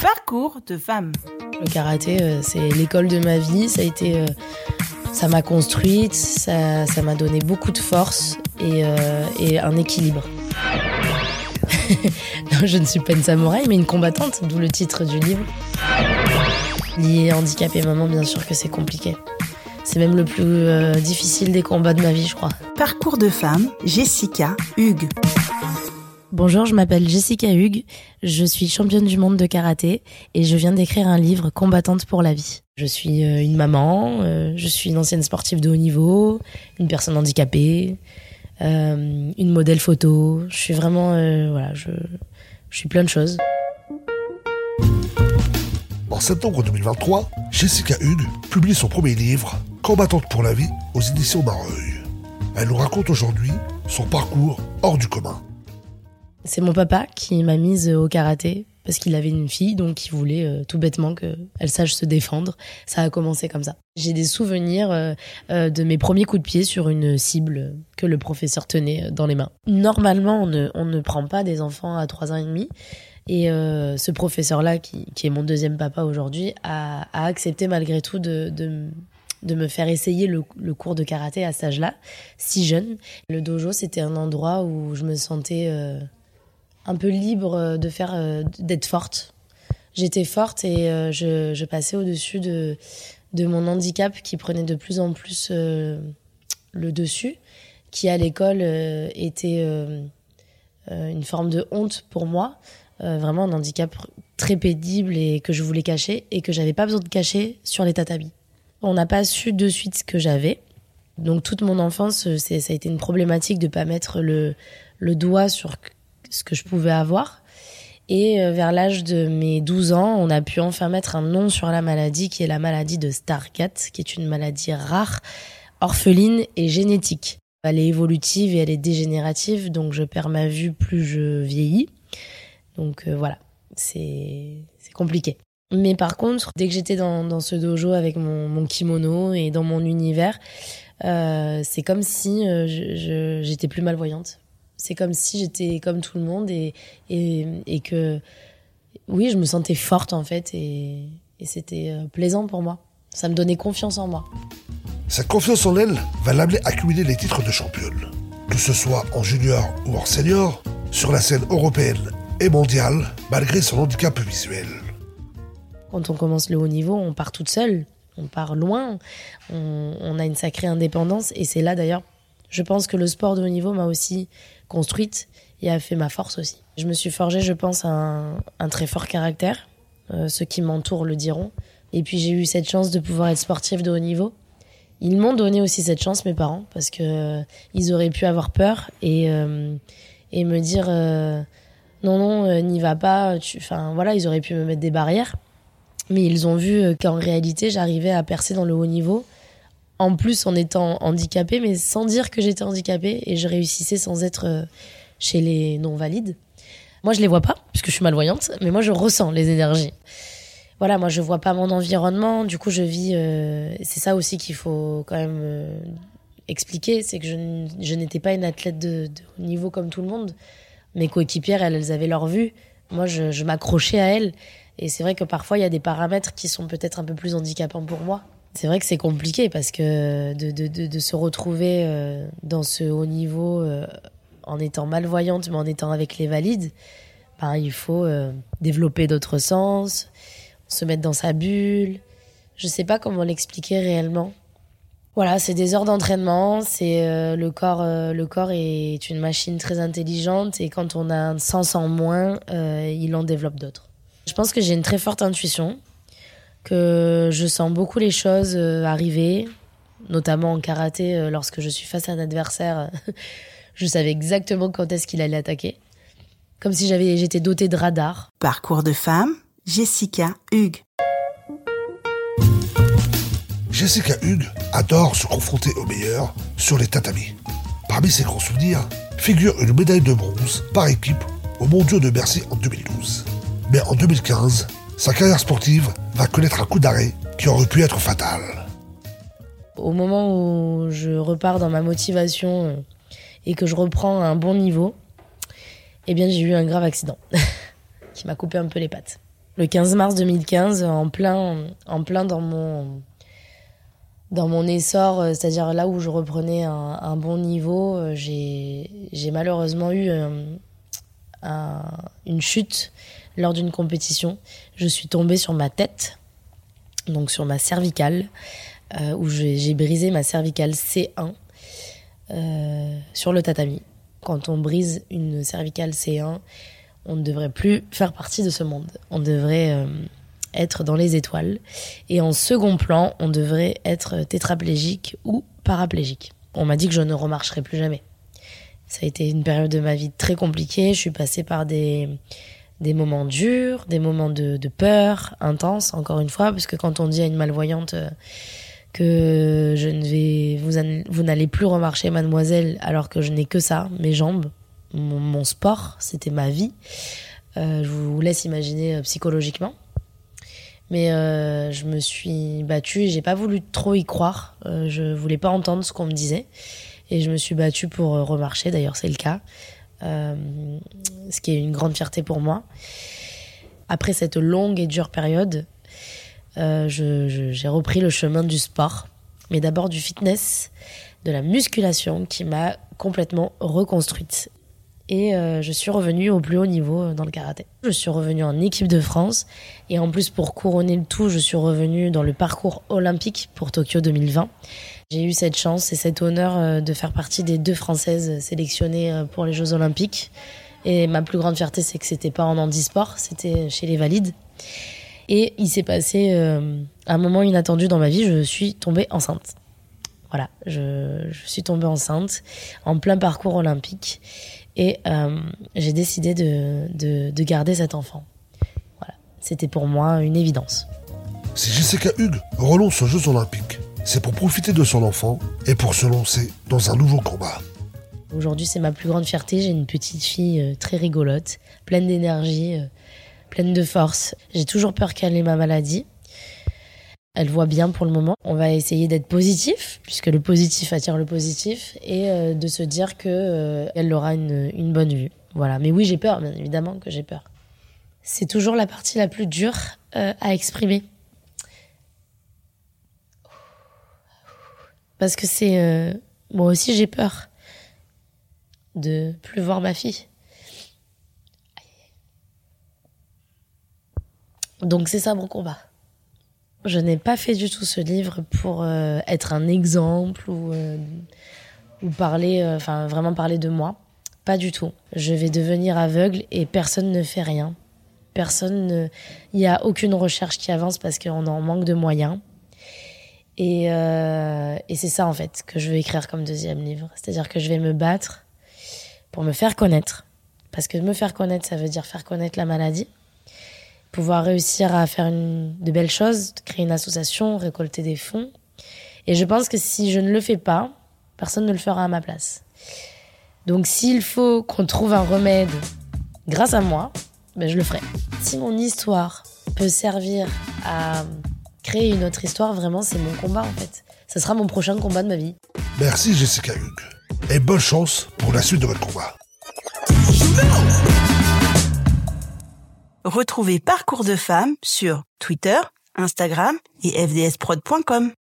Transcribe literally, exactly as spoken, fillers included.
Parcours de femme. Le karaté, euh, c'est l'école de ma vie. Ça a été, euh, ça m'a construite, ça, ça m'a donné beaucoup de force et, euh, et un équilibre. Non, je ne suis pas une samouraï, mais une combattante, d'où le titre du livre. Lié handicap et maman, bien sûr que c'est compliqué. C'est même le plus euh, difficile des combats de ma vie, je crois. Parcours de femme, Jessica Hugues. Bonjour, je m'appelle Jessica Hugues, je suis championne du monde de karaté et je viens d'écrire un livre Combattante pour la vie. Je suis euh, une maman, euh, je suis une ancienne sportive de haut niveau, une personne handicapée, euh, une modèle photo. Je suis vraiment, euh, voilà, je, je suis plein de choses. En septembre deux mille vingt-trois, Jessica Hugues publie son premier livre, Combattante pour la vie, aux éditions Mareuil. Elle nous raconte aujourd'hui son parcours hors du commun. C'est mon papa qui m'a mise au karaté parce qu'il avait une fille, donc il voulait euh, tout bêtement qu'elle sache se défendre. Ça a commencé comme ça. J'ai des souvenirs euh, euh, de mes premiers coups de pied sur une cible que le professeur tenait dans les mains. Normalement, on ne, on ne prend pas des enfants à trois ans et demi. Et euh, ce professeur-là, qui, qui est mon deuxième papa aujourd'hui, a, a accepté malgré tout de... de de me faire essayer le, le cours de karaté à cet âge-là, si jeune. Le dojo, c'était un endroit où je me sentais euh, un peu libre de faire, euh, d'être forte. J'étais forte et euh, je, je passais au-dessus de, de mon handicap qui prenait de plus en plus euh, le dessus, qui à l'école euh, était euh, euh, une forme de honte pour moi, euh, vraiment un handicap très pénible et que je voulais cacher et que j'avais pas besoin de cacher sur les tatamis. On n'a pas su de suite ce que j'avais. Donc toute mon enfance, c'est, ça a été une problématique de ne pas mettre le, le doigt sur ce que je pouvais avoir. Et vers l'âge de mes douze ans, on a pu enfin mettre un nom sur la maladie, qui est la maladie de Stargardt, qui est une maladie rare, orpheline et génétique. Elle est évolutive et elle est dégénérative, donc je perds ma vue plus je vieillis. Donc euh, voilà, c'est, c'est compliqué. Mais par contre, dès que j'étais dans, dans ce dojo avec mon, mon kimono et dans mon univers, euh, c'est comme si euh, je, je, j'étais plus malvoyante. C'est comme si j'étais comme tout le monde et, et, et que, oui, je me sentais forte en fait et, et c'était euh, plaisant pour moi. Ça me donnait confiance en moi. Cette confiance en elle va l'amener à accumuler les titres de championne. Que ce soit en junior ou en senior, sur la scène européenne et mondiale, malgré son handicap visuel. Quand on commence le haut niveau, on part toute seule, on part loin, on, on a une sacrée indépendance et c'est là d'ailleurs, je pense que le sport de haut niveau m'a aussi construite et a fait ma force aussi. Je me suis forgée, je pense, un, un très fort caractère, euh, ceux qui m'entourent le diront, et puis j'ai eu cette chance de pouvoir être sportive de haut niveau. Ils m'ont donné aussi cette chance, mes parents, parce que euh, ils auraient pu avoir peur et, euh, et me dire euh, non, non, euh, n'y va pas, enfin voilà, ils auraient pu me mettre des barrières. Mais ils ont vu qu'en réalité, j'arrivais à percer dans le haut niveau, en plus en étant handicapée, mais sans dire que j'étais handicapée, et je réussissais sans être chez les non-valides. Moi, je les vois pas, puisque je suis malvoyante, mais moi, je ressens les énergies. Voilà, moi, je vois pas mon environnement, du coup, je vis... Euh, c'est ça aussi qu'il faut quand même euh, expliquer, c'est que je, je n'étais pas une athlète de, de haut niveau comme tout le monde. Mes coéquipières, elles, elles avaient leur vue. Moi, je, je m'accrochais à elles. Et c'est vrai que parfois, il y a des paramètres qui sont peut-être un peu plus handicapants pour moi. C'est vrai que c'est compliqué parce que de, de, de, de se retrouver euh, dans ce haut niveau euh, en étant malvoyante, mais en étant avec les valides, ben, il faut euh, développer d'autres sens, se mettre dans sa bulle. Je sais pas comment l'expliquer réellement. Voilà, c'est des heures d'entraînement, c'est euh, le corps euh, le corps est une machine très intelligente et quand on a un sens en moins, euh, il en développe d'autres. Je pense que j'ai une très forte intuition, que je sens beaucoup les choses arriver, notamment en karaté, lorsque je suis face à un adversaire, je savais exactement quand est-ce qu'il allait attaquer. Comme si j'avais, j'étais dotée de radar. Parcours de femme, Jessica Hugues. Jessica Hugues adore se confronter aux meilleurs sur les tatamis. Parmi ses grands souvenirs figure une médaille de bronze par équipe aux Mondiaux de Bercy en deux mille douze. Mais en deux mille quinze, sa carrière sportive va connaître un coup d'arrêt qui aurait pu être fatal. Au moment où je repars dans ma motivation et que je reprends à un bon niveau, eh bien j'ai eu un grave accident qui m'a coupé un peu les pattes. Le quinze mars deux mille quinze, en plein, en plein dans mon, dans mon essor, c'est-à-dire là où je reprenais un, un bon niveau, j'ai, j'ai malheureusement eu un, un, une chute lors d'une compétition. Je suis tombée sur ma tête, donc sur ma cervicale, euh, où j'ai, j'ai brisé ma cervicale C un euh, sur le tatami. Quand on brise une cervicale C un, on ne devrait plus faire partie de ce monde. On devrait euh, être dans les étoiles. Et en second plan, on devrait être tétraplégique ou paraplégique. On m'a dit que je ne remarcherais plus jamais. Ça a été une période de ma vie très compliquée. Je suis passée par des, des moments durs, des moments de, de peur intense, encore une fois, parce que quand on dit à une malvoyante euh, que je ne vais, vous, vous n'allez plus remarcher, mademoiselle, alors que je n'ai que ça, mes jambes, Mon, mon sport, c'était ma vie. Euh, je vous laisse imaginer euh, psychologiquement. Mais euh, je me suis battue et j'ai pas voulu trop y croire. Euh, je voulais pas entendre ce qu'on me disait. Et je me suis battue pour euh, remarcher, d'ailleurs c'est le cas. Euh, ce qui est une grande fierté pour moi. Après cette longue et dure période, euh, je, je, j'ai repris le chemin du sport. Mais d'abord du fitness, de la musculation qui m'a complètement reconstruite. Et euh, je suis revenue au plus haut niveau dans le karaté. Je suis revenue en équipe de France. Et en plus, pour couronner le tout, je suis revenue dans le parcours olympique pour Tokyo deux mille vingt. J'ai eu cette chance et cet honneur de faire partie des deux Françaises sélectionnées pour les Jeux Olympiques. Et ma plus grande fierté, c'est que c'était pas en handisport, c'était chez les valides. Et il s'est passé euh, un moment inattendu dans ma vie, je suis tombée enceinte. Voilà, je, je suis tombée enceinte en plein parcours olympique. Et euh, j'ai décidé de, de, de garder cet enfant. Voilà. C'était pour moi une évidence. Si Jessica Hughes relance aux Jeux Olympiques, c'est pour profiter de son enfant et pour se lancer dans un nouveau combat. Aujourd'hui, c'est ma plus grande fierté. J'ai une petite fille euh, très rigolote, pleine d'énergie, euh, pleine de force. J'ai toujours peur qu'elle ait ma maladie. Elle voit bien pour le moment. On va essayer d'être positif, puisque le positif attire le positif, et euh, de se dire que euh, elle aura une, une bonne vue. Voilà. Mais oui, j'ai peur, bien évidemment que j'ai peur. C'est toujours la partie la plus dure euh, à exprimer. Parce que c'est... Euh, moi aussi, j'ai peur de plus voir ma fille. Donc c'est ça mon combat. Je n'ai pas fait du tout ce livre pour euh, être un exemple ou, euh, ou parler, enfin euh, vraiment parler de moi. Pas du tout. Je vais devenir aveugle et personne ne fait rien. Personne ne... Il n'y a aucune recherche qui avance parce qu'on en manque de moyens. Et, euh, et c'est ça en fait que je veux écrire comme deuxième livre. C'est-à-dire que je vais me battre pour me faire connaître. Parce que me faire connaître, ça veut dire faire connaître la maladie. Pouvoir réussir à faire une, de belles choses, créer une association, récolter des fonds. Et je pense que si je ne le fais pas, personne ne le fera à ma place. Donc s'il faut qu'on trouve un remède grâce à moi, ben je le ferai. Si mon histoire peut servir à créer une autre histoire, vraiment c'est mon combat en fait. Ça sera mon prochain combat de ma vie. Merci Jessica Hughes. Et bonne chance pour la suite de votre combat. Retrouvez Parcours de Femmes sur Twitter, Instagram et f d s prod point com.